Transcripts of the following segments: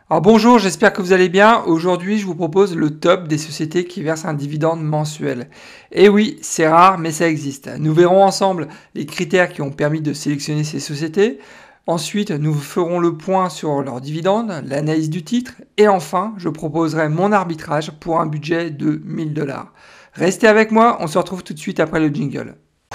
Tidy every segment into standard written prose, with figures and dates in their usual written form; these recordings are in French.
Alors bonjour, j'espère que vous allez bien. Aujourd'hui, je vous propose le top des sociétés qui versent un dividende mensuel. Et oui, c'est rare, mais ça existe. Nous verrons ensemble les critères qui ont permis de sélectionner ces sociétés. Ensuite, nous ferons le point sur leurs dividendes, l'analyse du titre. Et enfin, je proposerai mon arbitrage pour un budget de 1000 $. Restez avec moi, on se retrouve tout de suite après le jingle.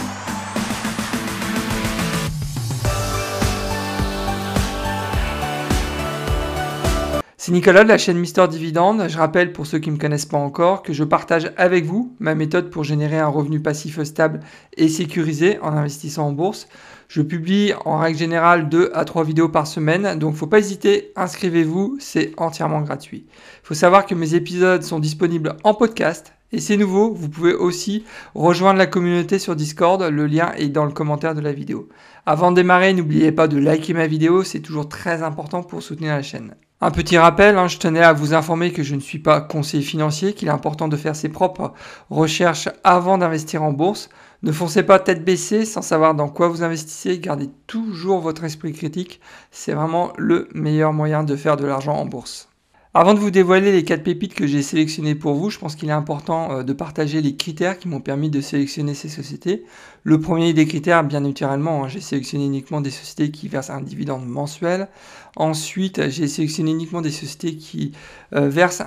C'est Nicolas de la chaîne Mister Dividende. Je rappelle pour ceux qui ne me connaissent pas encore que je partage avec vous ma méthode pour générer un revenu passif stable et sécurisé en investissant en bourse. Je publie en règle générale 2 à 3 vidéos par semaine, donc faut pas hésiter, inscrivez-vous, c'est entièrement gratuit. Il faut savoir que mes épisodes sont disponibles en podcast. Et c'est nouveau, vous pouvez aussi rejoindre la communauté sur Discord, le lien est dans le commentaire de la vidéo. Avant de démarrer, n'oubliez pas de liker ma vidéo, c'est toujours très important pour soutenir la chaîne. Un petit rappel, je tenais à vous informer que je ne suis pas conseiller financier, qu'il est important de faire ses propres recherches avant d'investir en bourse. Ne foncez pas tête baissée sans savoir dans quoi vous investissez, gardez toujours votre esprit critique, c'est vraiment le meilleur moyen de faire de l'argent en bourse. Avant de vous dévoiler les 4 pépites que j'ai sélectionnées pour vous, je pense qu'il est important de partager les critères qui m'ont permis de sélectionner ces sociétés. Le premier des critères, bien naturellement, j'ai sélectionné uniquement des sociétés qui versent un dividende mensuel. Ensuite, j'ai sélectionné uniquement des sociétés qui versent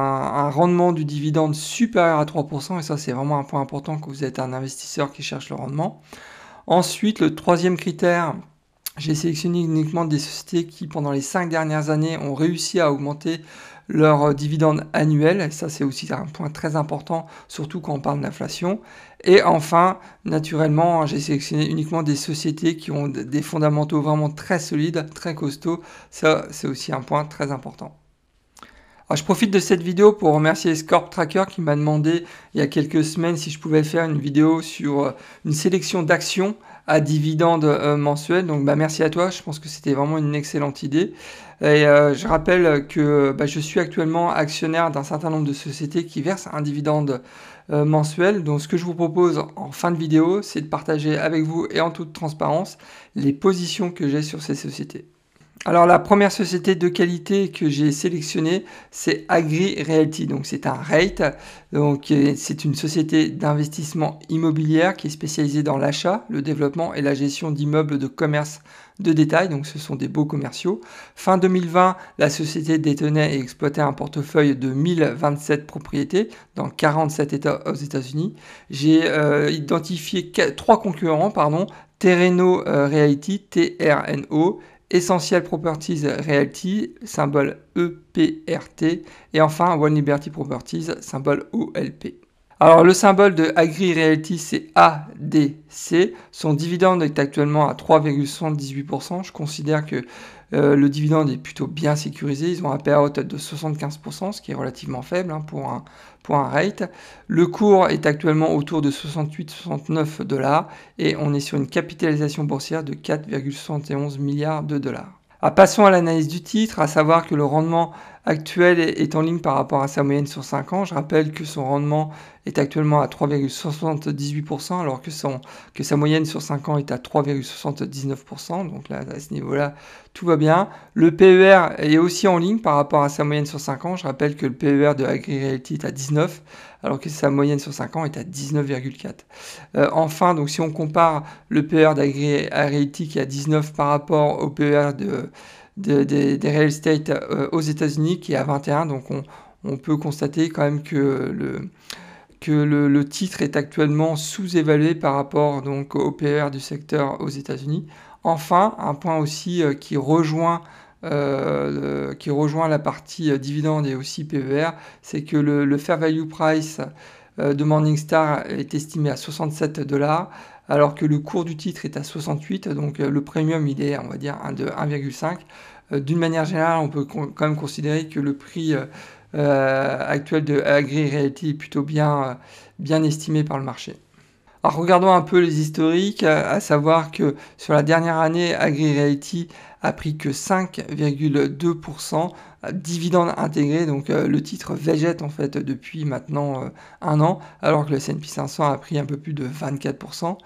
un rendement du dividende supérieur à 3%, et ça c'est vraiment un point important quand vous êtes un investisseur qui cherche le rendement. Ensuite, le troisième critère, j'ai sélectionné uniquement des sociétés qui, pendant les 5 dernières années, ont réussi à augmenter leur dividende annuel. Et ça, c'est aussi un point très important, surtout quand on parle d'inflation. Et enfin, naturellement, j'ai sélectionné uniquement des sociétés qui ont des fondamentaux vraiment très solides, très costauds. Ça, c'est aussi un point très important. Alors, je profite de cette vidéo pour remercier Scorp Tracker qui m'a demandé il y a quelques semaines si je pouvais faire une vidéo sur une sélection d'actions à dividendes mensuels. Donc merci à toi, je pense que c'était vraiment une excellente idée. Et je rappelle que je suis actuellement actionnaire d'un certain nombre de sociétés qui versent un dividende mensuel. Donc ce que je vous propose en fin de vidéo, c'est de partager avec vous et en toute transparence les positions que j'ai sur ces sociétés. Alors la première société de qualité que j'ai sélectionnée, c'est Agri Realty. Donc c'est un REIT, donc c'est une société d'investissement immobilière qui est spécialisée dans l'achat, le développement et la gestion d'immeubles de commerce de détail. Donc ce sont des beaux commerciaux. Fin 2020, la société détenait et exploitait un portefeuille de 1027 propriétés dans 47 États aux États-Unis. J'ai identifié 3 concurrents, Terreno Realty, TRNO, Essential Properties Realty, symbole EPRT, et enfin One Liberty Properties, symbole OLP. Alors le symbole de Agri Realty, c'est ADC. Son dividende est actuellement à 3,78%. Je considère que le dividende est plutôt bien sécurisé. Ils ont un payout de 75%, ce qui est relativement faible pour un rate. Le cours est actuellement autour de 68-69 $, et on est sur une capitalisation boursière de 4,71 milliards de dollars. Passons à l'analyse du titre, à savoir que le rendement actuel est en ligne par rapport à sa moyenne sur 5 ans. Je rappelle que son rendement est actuellement à 3,78%, alors que sa moyenne sur 5 ans est à 3,79%. Donc là, à ce niveau-là, tout va bien. Le PER est aussi en ligne par rapport à sa moyenne sur 5 ans. Je rappelle que le PER de Agri Realty est à 19, alors que sa moyenne sur 5 ans est à 19,4. Enfin, donc si on compare le PER d'Agri Realty qui est à 19 par rapport au PER des real estate aux États-Unis qui est à 21, donc on peut constater quand même que le titre est actuellement sous-évalué par rapport donc au PER du secteur aux États-Unis. Enfin, un point aussi qui rejoint la partie dividende et aussi PER, c'est que le fair value price de Morningstar est estimé à 67 $, alors que le cours du titre est à 68, donc le premium il est, on va dire, de 1,5. D'une manière générale, on peut quand même considérer que le prix actuel de Agri Realty est plutôt bien estimé par le marché. Alors regardons un peu les historiques, à savoir que sur la dernière année, Agri Realty a pris que 5,2% dividendes intégrés, donc le titre végète en fait depuis maintenant un an, alors que le S&P 500 a pris un peu plus de 24%.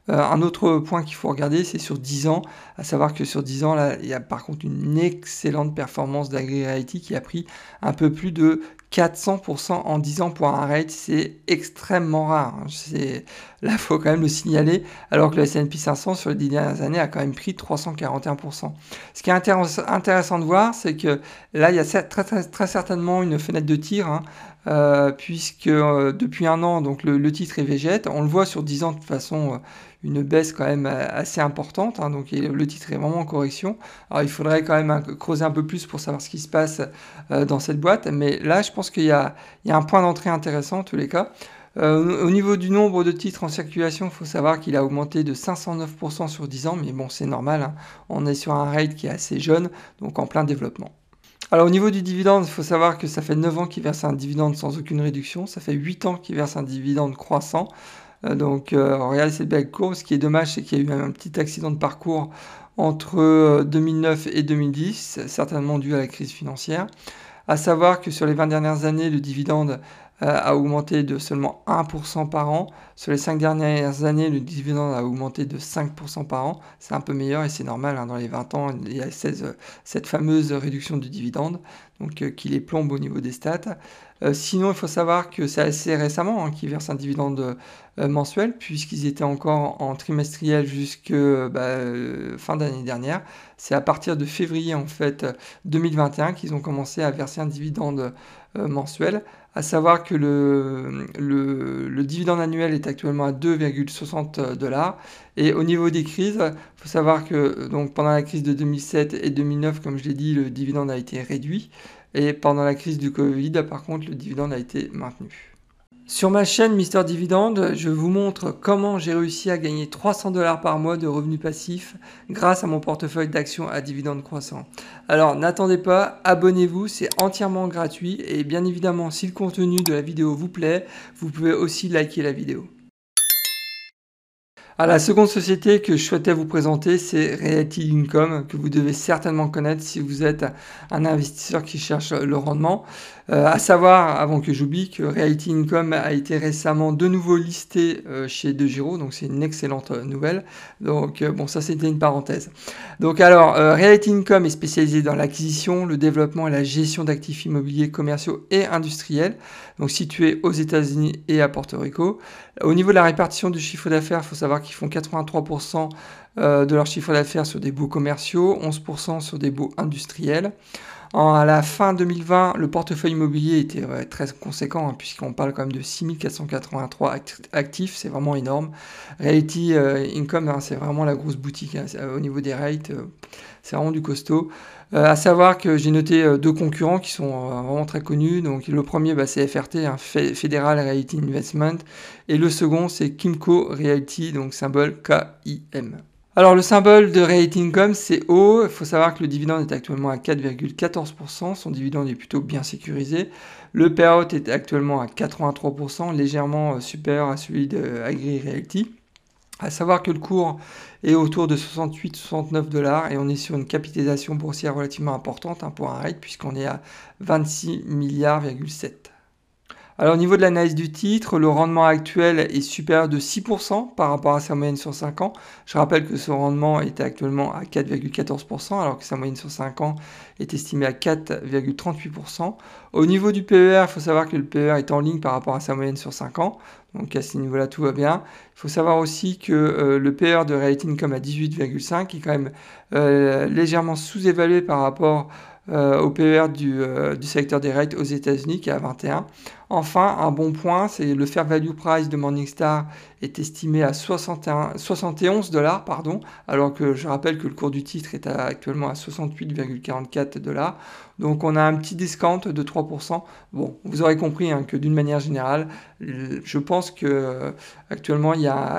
Un autre point qu'il faut regarder, c'est sur 10 ans, à savoir que sur 10 ans, là, il y a par contre une excellente performance d'AgriReality qui a pris un peu plus de 400% en 10 ans pour un rate, c'est extrêmement rare. Hein. Là, il faut quand même le signaler, alors que le S&P 500 sur les 10 dernières années a quand même pris 341%. Ce qui est intéressant de voir, c'est que là, il y a très certainement une fenêtre de tir, hein, puisque depuis un an, donc le titre est végète. On le voit sur 10 ans de toute façon, une baisse quand même assez importante, hein, donc le titre est vraiment en correction. Alors il faudrait quand même creuser un peu plus pour savoir ce qui se passe dans cette boîte, mais là je pense qu'il y a un point d'entrée intéressant en tous les cas. Au niveau du nombre de titres en circulation, il faut savoir qu'il a augmenté de 509% sur 10 ans, mais bon c'est normal, hein. On est sur un rate qui est assez jeune, donc en plein développement. Alors au niveau du dividende, il faut savoir que ça fait 9 ans qu'il verse un dividende sans aucune réduction, ça fait 8 ans qu'il verse un dividende croissant. Regardez cette belle courbe. Ce qui est dommage, c'est qu'il y a eu un petit accident de parcours entre 2009 et 2010, certainement dû à la crise financière. À savoir que sur les 20 dernières années, le dividende a augmenté de seulement 1% par an. Sur les 5 dernières années, le dividende a augmenté de 5% par an. C'est un peu meilleur et c'est normal, hein, dans les 20 ans, il y a cette fameuse réduction du dividende, donc qui les plombe au niveau des stats. Sinon, il faut savoir que c'est assez récemment, hein, qu'ils versent un dividende mensuel, puisqu'ils étaient encore en trimestriel jusque fin d'année dernière. C'est à partir de février en fait 2021 qu'ils ont commencé à verser un dividende mensuel. À savoir que le dividende annuel est actuellement à 2,60 $. Et au niveau des crises, il faut savoir que donc, pendant la crise de 2007 et 2009, comme je l'ai dit, le dividende a été réduit. Et pendant la crise du Covid, par contre, le dividende a été maintenu. Sur ma chaîne Mister Dividende, je vous montre comment j'ai réussi à gagner 300 $ par mois de revenus passifs grâce à mon portefeuille d'actions à dividendes croissants. Alors n'attendez pas, abonnez-vous, c'est entièrement gratuit et bien évidemment si le contenu de la vidéo vous plaît, vous pouvez aussi liker la vidéo. Alors, la seconde société que je souhaitais vous présenter, c'est Realty Income, que vous devez certainement connaître si vous êtes un investisseur qui cherche le rendement. À savoir, avant que j'oublie, que Realty Income a été récemment de nouveau listé chez DeGiro, donc c'est une excellente nouvelle. Donc bon, ça c'était une parenthèse. Donc alors, Realty Income est spécialisé dans l'acquisition, le développement et la gestion d'actifs immobiliers commerciaux et industriels, donc situés aux États-Unis et à Porto Rico. Au niveau de la répartition du chiffre d'affaires, il faut savoir qu'ils font 83% de leur chiffre d'affaires sur des baux commerciaux, 11% sur des baux industriels. À la fin 2020, le portefeuille immobilier était très conséquent, hein, puisqu'on parle quand même de 6483 actifs, c'est vraiment énorme. Realty Income, hein, c'est vraiment la grosse boutique, hein, au niveau des rates, c'est vraiment du costaud. À savoir que j'ai noté deux concurrents qui sont vraiment très connus. Donc le premier, c'est FRT, hein, Federal Realty Investment, et le second c'est Kimco Realty, donc symbole KIM. Alors le symbole de Realty Income, c'est O. Il faut savoir que le dividende est actuellement à 4,14%. Son dividende est plutôt bien sécurisé. Le payout est actuellement à 83%, légèrement supérieur à celui de AgriRealty. À savoir que le cours est autour de 68-69 $ et on est sur une capitalisation boursière relativement importante, hein, pour un rate, puisqu'on est à 26 milliards,7. Alors au niveau de l'analyse du titre, le rendement actuel est supérieur de 6% par rapport à sa moyenne sur 5 ans. Je rappelle que ce rendement est actuellement à 4,14% alors que sa moyenne sur 5 ans est estimée à 4,38%. Au niveau du PER, il faut savoir que le PER est en ligne par rapport à sa moyenne sur 5 ans. Donc à ce niveau-là, tout va bien. Il faut savoir aussi que le PER de Realty Income à 18,5 est quand même légèrement sous-évalué par rapport au PER du secteur des rates aux États-Unis qui est à 21. Enfin, un bon point, c'est le fair value price de Morningstar est estimé à 71 $, pardon, alors que je rappelle que le cours du titre est actuellement à 68,44 $. Donc on a un petit discount de 3%. Bon, vous aurez compris, hein, que d'une manière générale, je pense que actuellement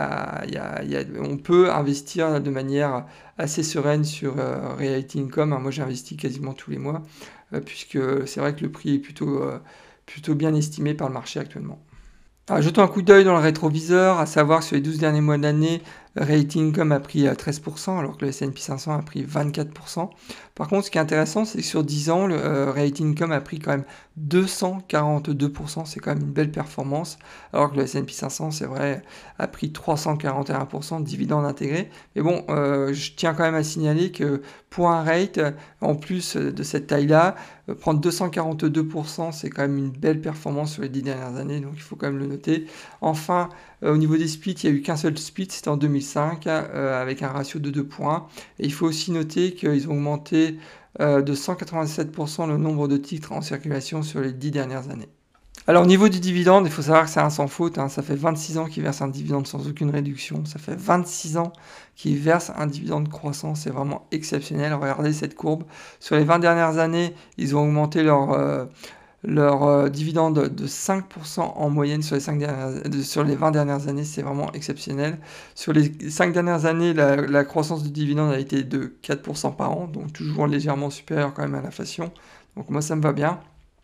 on peut investir de manière assez sereine sur Realty Income. Moi j'investis quasiment tous les mois, puisque c'est vrai que le prix est plutôt bien estimé par le marché actuellement. Alors, jetons un coup d'œil dans le rétroviseur, à savoir que sur les 12 derniers mois de l'année, Rating Income a pris 13%, alors que le S&P 500 a pris 24%. Par contre, ce qui est intéressant, c'est que sur 10 ans, le Rating Income a pris quand même 242%. C'est quand même une belle performance, alors que le S&P 500, c'est vrai, a pris 341% de dividendes intégrés. Mais bon, je tiens quand même à signaler que pour un rate, en plus de cette taille-là, prendre 242%, c'est quand même une belle performance sur les 10 dernières années, donc il faut quand même le noter. Enfin, au niveau des splits, il n'y a eu qu'un seul split, c'était en 2005, avec un ratio de 2 points. Et il faut aussi noter qu'ils ont augmenté de 187% le nombre de titres en circulation sur les 10 dernières années. Alors au niveau du dividende, il faut savoir que c'est un sans faute, hein. Ça fait 26 ans qu'ils versent un dividende sans aucune réduction, ça fait 26 ans qu'ils versent un dividende croissant, c'est vraiment exceptionnel. Regardez cette courbe, sur les 20 dernières années, ils ont augmenté leur dividende de 5% en moyenne sur les 20 dernières années, c'est vraiment exceptionnel. Sur les 5 dernières années, la croissance du dividende a été de 4% par an, donc toujours légèrement supérieur quand même à l'inflation. Donc moi ça me va bien.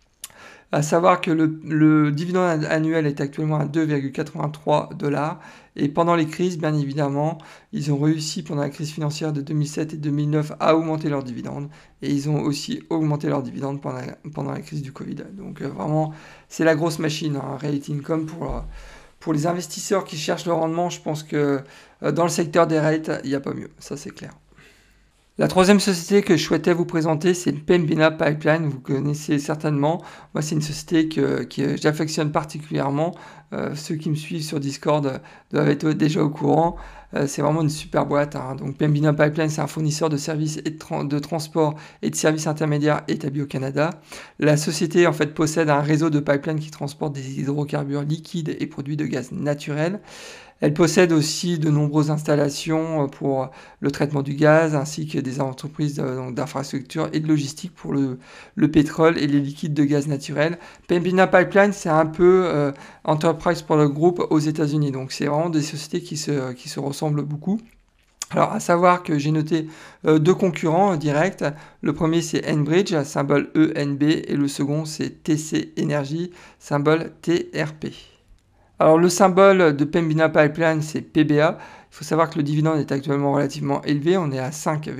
À savoir que le dividende annuel est actuellement à 2,83 $. Et pendant les crises, bien évidemment, ils ont réussi pendant la crise financière de 2007 et 2009 à augmenter leurs dividendes. Et ils ont aussi augmenté leurs dividendes pendant la crise du Covid. Donc vraiment, c'est la grosse machine, hein, Reality Income pour les investisseurs qui cherchent le rendement. Je pense que dans le secteur des rates, il n'y a pas mieux, ça c'est clair. La troisième société que je souhaitais vous présenter, c'est Pembina Pipeline. Vous connaissez certainement. Moi, c'est une société que j'affectionne particulièrement. Ceux qui me suivent sur Discord doivent être déjà au courant. C'est vraiment une super boîte, hein. Donc, Pembina Pipeline, c'est un fournisseur de services et de transport et de services intermédiaires établi au Canada. La société, en fait, possède un réseau de pipelines qui transportent des hydrocarbures liquides et produits de gaz naturel. Elle possède aussi de nombreuses installations pour le traitement du gaz, ainsi que des entreprises d'infrastructure et de logistique pour le pétrole et les liquides de gaz naturel. Pembina Pipeline, c'est un peu Enterprise pour le groupe aux États-Unis. Donc c'est vraiment des sociétés qui se ressemblent beaucoup. Alors, à savoir que j'ai noté deux concurrents directs. Le premier, c'est Enbridge, symbole ENB, et le second, c'est TC Energy, symbole TRP. Alors le symbole de Pembina Pipeline, c'est PBA. Il faut savoir que le dividende est actuellement relativement élevé, on est à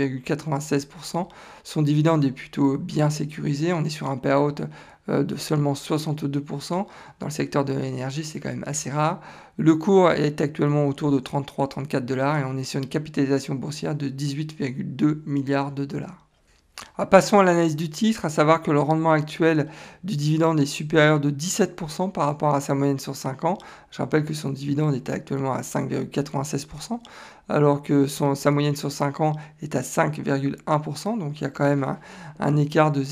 5,96%. Son dividende est plutôt bien sécurisé, on est sur un payout de seulement 62%. Dans le secteur de l'énergie, c'est quand même assez rare. Le cours est actuellement autour de 33-34 $ et on est sur une capitalisation boursière de 18,2 milliards de dollars. Passons à l'analyse du titre, à savoir que le rendement actuel du dividende est supérieur de 17% par rapport à sa moyenne sur 5 ans. Je rappelle que son dividende est actuellement à 5,96%, alors que sa moyenne sur 5 ans est à 5,1%, donc il y a quand même un écart de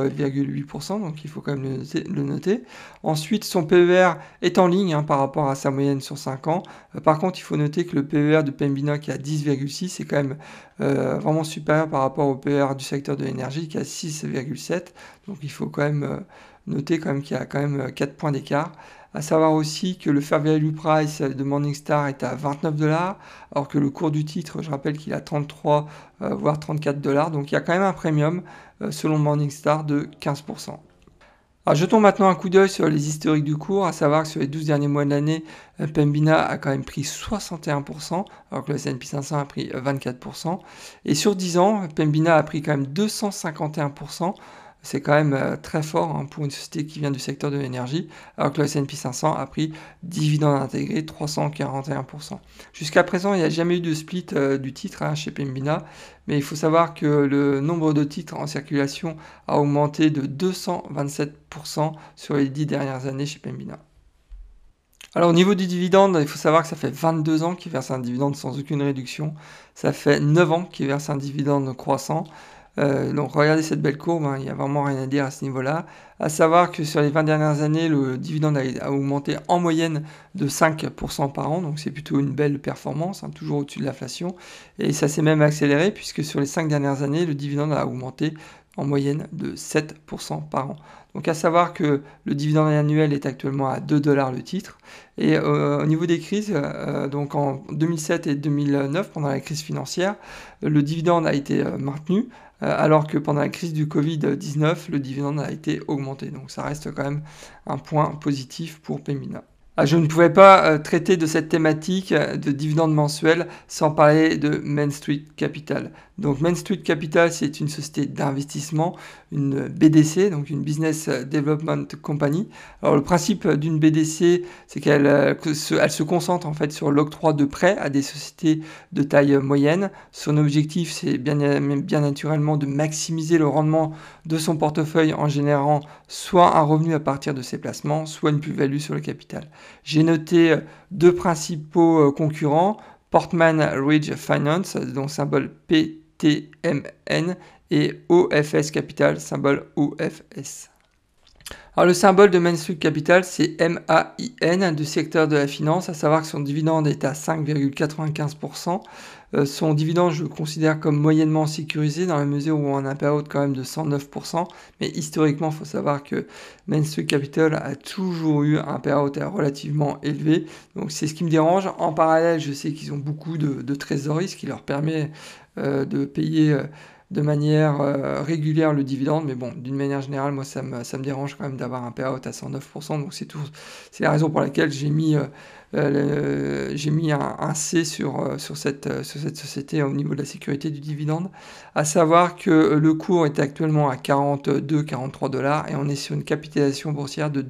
0,8%, donc il faut quand même le noter. Ensuite, son PER est en ligne, hein, par rapport à sa moyenne sur 5 ans. Par contre, il faut noter que le PER de Pembina qui est à 10,6 est quand même vraiment supérieur par rapport au PER du secteur de l'énergie qui est à 6,7. Donc il faut quand même noter quand même qu'il y a quand même 4 points d'écart. À savoir aussi que le fair value price de Morningstar est à 29 $, alors que le cours du titre, je rappelle qu'il est à 33 voire 34 $. Donc il y a quand même un premium selon Morningstar de 15%. Alors jetons maintenant un coup d'œil sur les historiques du cours, à savoir que sur les 12 derniers mois de l'année, Pembina a quand même pris 61%, alors que le S&P 500 a pris 24%. Et sur 10 ans, Pembina a pris quand même 251%. C'est quand même très fort, hein, pour une société qui vient du secteur de l'énergie, alors que le S&P 500 a pris dividende intégré 341%. Jusqu'à présent, il n'y a jamais eu de split du titre, hein, chez Pembina, mais il faut savoir que le nombre de titres en circulation a augmenté de 227% sur les 10 dernières années chez Pembina. Alors au niveau du dividende, il faut savoir que ça fait 22 ans qu'il verse un dividende sans aucune réduction. Ça fait 9 ans qu'il verse un dividende croissant. Donc regardez cette belle courbe, hein, il n'y a vraiment rien à dire à ce niveau-là. À savoir que sur les 20 dernières années, le dividende a augmenté en moyenne de 5% par an, donc c'est plutôt une belle performance, hein, toujours au-dessus de l'inflation. Et ça s'est même accéléré puisque sur les 5 dernières années, le dividende a augmenté en moyenne de 7% par an. Donc à savoir que le dividende annuel est actuellement à 2 $ le titre. Et au niveau des crises, donc en 2007 et 2009, pendant la crise financière, le dividende a été maintenu, alors que pendant la crise du Covid-19, le dividende a été augmenté. Donc ça reste quand même un point positif pour Pembina. Ah, je ne pouvais pas traiter de cette thématique de dividendes mensuels sans parler de Main Street Capital. Donc Main Street Capital, c'est une société d'investissement, une BDC, donc une Business Development Company. Alors le principe d'une BDC, c'est elle se concentre en fait sur l'octroi de prêts à des sociétés de taille moyenne. Son objectif, c'est bien naturellement de maximiser le rendement de son portefeuille en générant soit un revenu à partir de ses placements, soit une plus-value sur le capital. J'ai noté deux principaux concurrents, Portman Ridge Finance, donc symbole PTMN, et OFS Capital, symbole OFS. Alors le symbole de Main Street Capital, c'est MAIN du secteur de la finance, à savoir que son dividende est à 5,95%. Son dividende, je le considère comme moyennement sécurisé dans la mesure où on a un payout quand même de 109%. Mais historiquement, il faut savoir que Main Street Capital a toujours eu un payout relativement élevé. Donc c'est ce qui me dérange. En parallèle, je sais qu'ils ont beaucoup de trésorerie, ce qui leur permet de payer de manière régulière le dividende, mais bon, d'une manière générale, moi ça me dérange quand même d'avoir un payout à 109%, donc c'est la raison pour laquelle j'ai mis un C sur cette société au niveau de la sécurité du dividende, à savoir que le cours est actuellement à 42-43 dollars et on est sur une capitalisation boursière de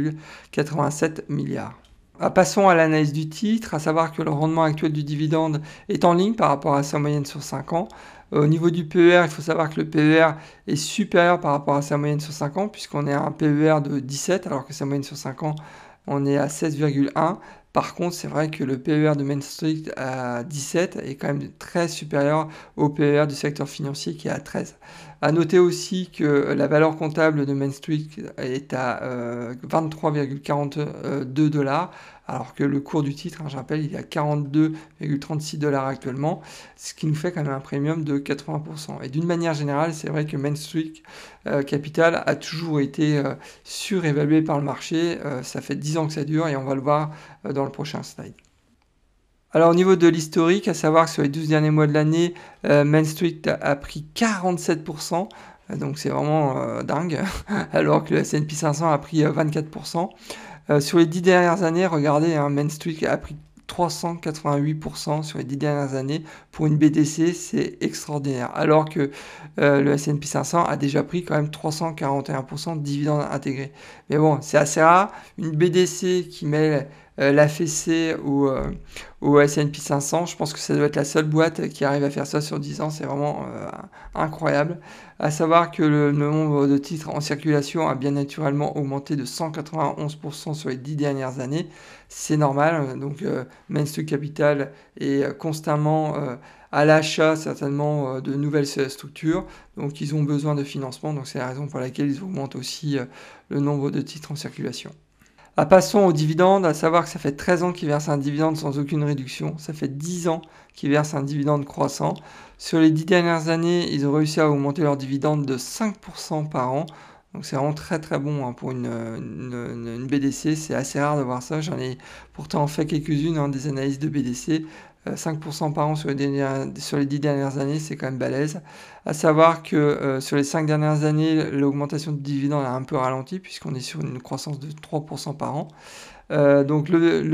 2,87 milliards. Passons à l'analyse du titre, à savoir que le rendement actuel du dividende est en ligne par rapport à sa moyenne sur 5 ans. Au niveau du PER, il faut savoir que le PER est supérieur par rapport à sa moyenne sur 5 ans, puisqu'on est à un PER de 17, alors que sa moyenne sur 5 ans, on est à 16,1. Par contre, c'est vrai que le PER de Main Street à 17 est quand même très supérieur au PER du secteur financier qui est à 13. À noter aussi que la valeur comptable de Main Street est à 23,42 dollars, alors que le cours du titre, je rappelle, il est à 42,36 dollars actuellement, ce qui nous fait quand même un premium de 80%. Et d'une manière générale, c'est vrai que Main Street Capital a toujours été surévalué par le marché. Ça fait 10 ans que ça dure et on va le voir dans le prochain slide. Alors au niveau de l'historique, à savoir que sur les 12 derniers mois de l'année, Main Street a pris 47%, donc c'est vraiment dingue, alors que le S&P 500 a pris 24%. Sur les 10 dernières années, regardez, Main Street a pris 388% sur les 10 dernières années. Pour une BDC, c'est extraordinaire. Alors que le S&P 500 a déjà pris quand même 341% de dividendes intégrés. Mais bon, c'est assez rare. Une BDC qui met l'AFC au S&P 500, je pense que ça doit être la seule boîte qui arrive à faire ça sur 10 ans. C'est vraiment incroyable. À savoir que le nombre de titres en circulation a bien naturellement augmenté de 191% sur les 10 dernières années. C'est normal, donc Main Street Capital est constamment à l'achat certainement de nouvelles structures, donc ils ont besoin de financement, donc c'est la raison pour laquelle ils augmentent aussi le nombre de titres en circulation. Passons aux dividendes, à savoir que ça fait 13 ans qu'ils versent un dividende sans aucune réduction, ça fait 10 ans qu'ils versent un dividende croissant. Sur les 10 dernières années, ils ont réussi à augmenter leur dividende de 5% par an. Donc c'est vraiment très très bon pour une BDC, c'est assez rare de voir ça, j'en ai pourtant fait quelques-unes des analyses de BDC. 5% par an sur les 10 dernières années, c'est quand même balèze. À savoir que sur les 5 dernières années, l'augmentation de dividendes a un peu ralenti puisqu'on est sur une croissance de 3% par an. Donc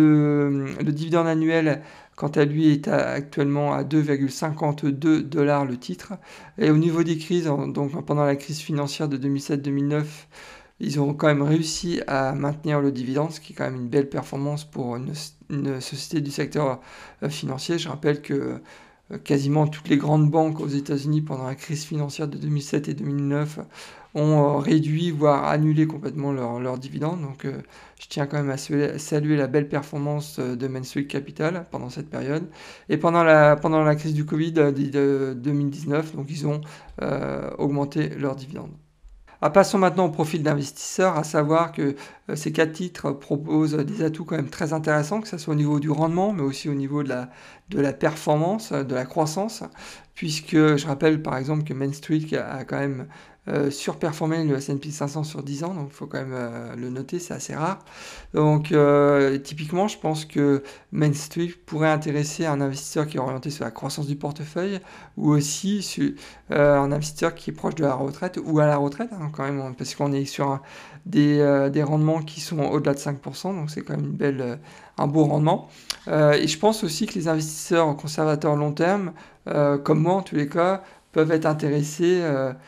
le dividende annuel, quant à lui, est actuellement à 2,52 dollars le titre. Et au niveau des crises, donc pendant la crise financière de 2007-2009, ils ont quand même réussi à maintenir le dividende, ce qui est quand même une belle performance pour une société du secteur financier. Je rappelle que quasiment toutes les grandes banques aux États-Unis pendant la crise financière de 2007 et 2009 ont réduit, voire annulé complètement leur dividende. Donc je tiens quand même à saluer la belle performance de Main Street Capital pendant cette période. Et pendant la crise du Covid de 2019, donc ils ont augmenté leur dividende. Passons maintenant au profil d'investisseur, à savoir que ces 4 titres proposent des atouts quand même très intéressants, que ce soit au niveau du rendement, mais aussi au niveau de la performance, de la croissance, puisque je rappelle par exemple que Main Street a quand même surperformé le S&P 500 sur 10 ans, donc il faut quand même le noter, c'est assez rare. Donc typiquement, je pense que Main Street pourrait intéresser un investisseur qui est orienté sur la croissance du portefeuille ou aussi sur, un investisseur qui est proche de la retraite ou à la retraite, hein, quand même, parce qu'on est sur des rendements qui sont au-delà de 5%, donc c'est quand même un beau rendement. Et je pense aussi que les investisseurs conservateurs long terme, comme moi en tous les cas, peuvent être intéressés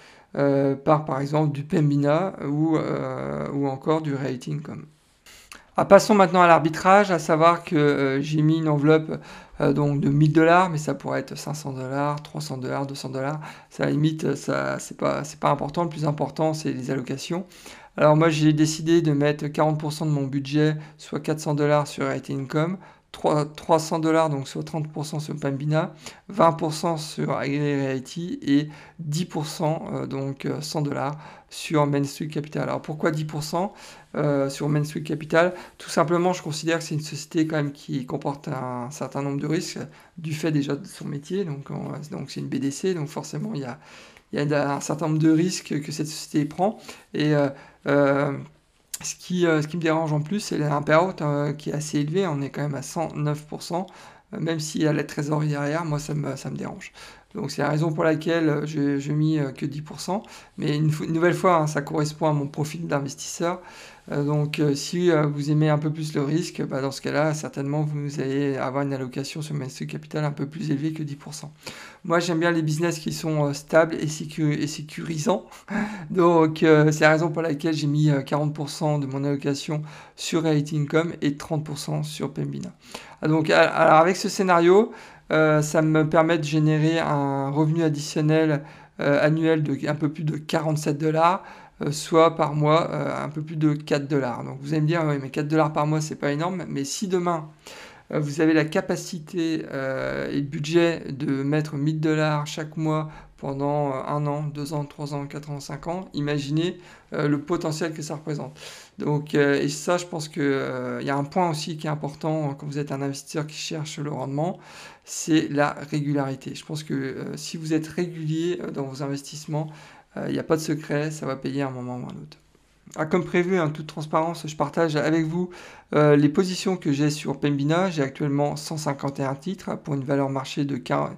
par exemple du Pembina ou encore du Realty Income. Passons maintenant à l'arbitrage, à savoir que j'ai mis une enveloppe donc de 1000 $, mais ça pourrait être 500 $, 300 $, 200 $. Ça, à la limite, ça, c'est pas important. Le plus important, c'est les allocations. Alors moi, j'ai décidé de mettre 40% de mon budget, soit 400 $ sur Realty Income, 300 $, donc soit 30% sur Pembina, 20% sur AgriReality et 10%, donc 100 $ sur Main Street Capital. Alors pourquoi 10% sur Main Street Capital? Tout simplement, je considère que c'est une société quand même qui comporte un certain nombre de risques du fait déjà de son métier. Donc c'est une BDC, donc forcément il y a un certain nombre de risques que cette société prend. Et ce qui me dérange en plus, c'est un payout qui est assez élevé. On est quand même à 109%, même s'il y a la trésorerie derrière, moi ça me dérange. Donc c'est la raison pour laquelle je mis que 10%. Mais une nouvelle fois, hein, ça correspond à mon profil d'investisseur. Donc si vous aimez un peu plus le risque, dans ce cas-là, certainement vous allez avoir une allocation sur Main Street Capital un peu plus élevée que 10%. Moi j'aime bien les business qui sont stables et sécurisants. Donc c'est la raison pour laquelle j'ai mis 40% de mon allocation sur Realty Income et 30% sur Pembina. Donc alors avec ce scénario, ça me permet de générer un revenu additionnel annuel de un peu plus de 47 $, soit par mois un peu plus de 4 $. Donc vous allez me dire, oui, mais 4 $ par mois, c'est pas énorme. Mais si demain, vous avez la capacité et le budget de mettre 1000 $ chaque mois pendant 1 an, 2 ans, 3 ans, 4 ans, 5 ans, imaginez le potentiel que ça représente. Donc, et ça, je pense qu'il y a un point aussi qui est important quand vous êtes un investisseur qui cherche le rendement, c'est la régularité. Je pense que si vous êtes régulier dans vos investissements, il n'y a pas de secret, ça va payer à un moment ou à un autre. Comme prévu, en toute transparence, je partage avec vous les positions que j'ai sur Pembina. J'ai actuellement 151 titres pour une valeur marché de 4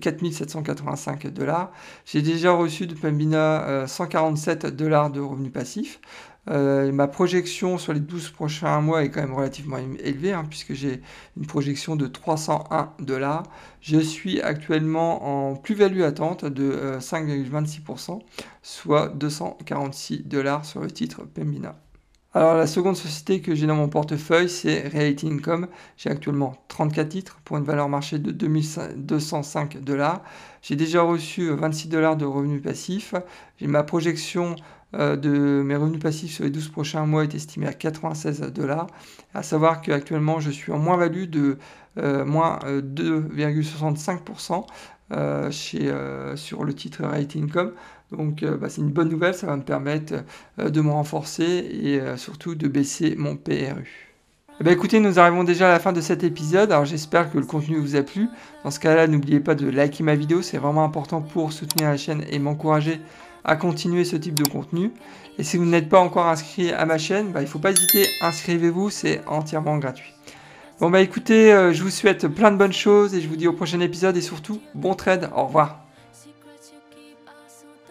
785 $. J'ai déjà reçu de Pembina 147 $ de revenus passifs. Ma projection sur les 12 prochains mois est quand même relativement élevée, hein, puisque j'ai une projection de 301 $. Je suis actuellement en plus-value attente de 5,26%, soit 246 $ sur le titre Pembina. Alors la seconde société que j'ai dans mon portefeuille, c'est Realty Income. J'ai actuellement 34 titres pour une valeur marché de 2205 $. J'ai déjà reçu 26 $ de revenus passifs. J'ai ma projection de mes revenus passifs sur les 12 prochains mois est estimée à 96 $. À savoir qu'actuellement, je suis en moins-value de moins 2,65% sur le titre Realty Income. Donc c'est une bonne nouvelle, ça va me permettre de me renforcer et surtout de baisser mon PRU. Écoutez, nous arrivons déjà à la fin de cet épisode. Alors j'espère que le contenu vous a plu. Dans ce cas-là, n'oubliez pas de liker ma vidéo, c'est vraiment important pour soutenir la chaîne et m'encourager à continuer ce type de contenu. Et si vous n'êtes pas encore inscrit à ma chaîne, il ne faut pas hésiter, inscrivez-vous, c'est entièrement gratuit. Bon écoutez, je vous souhaite plein de bonnes choses et je vous dis au prochain épisode et surtout, bon trade, au revoir.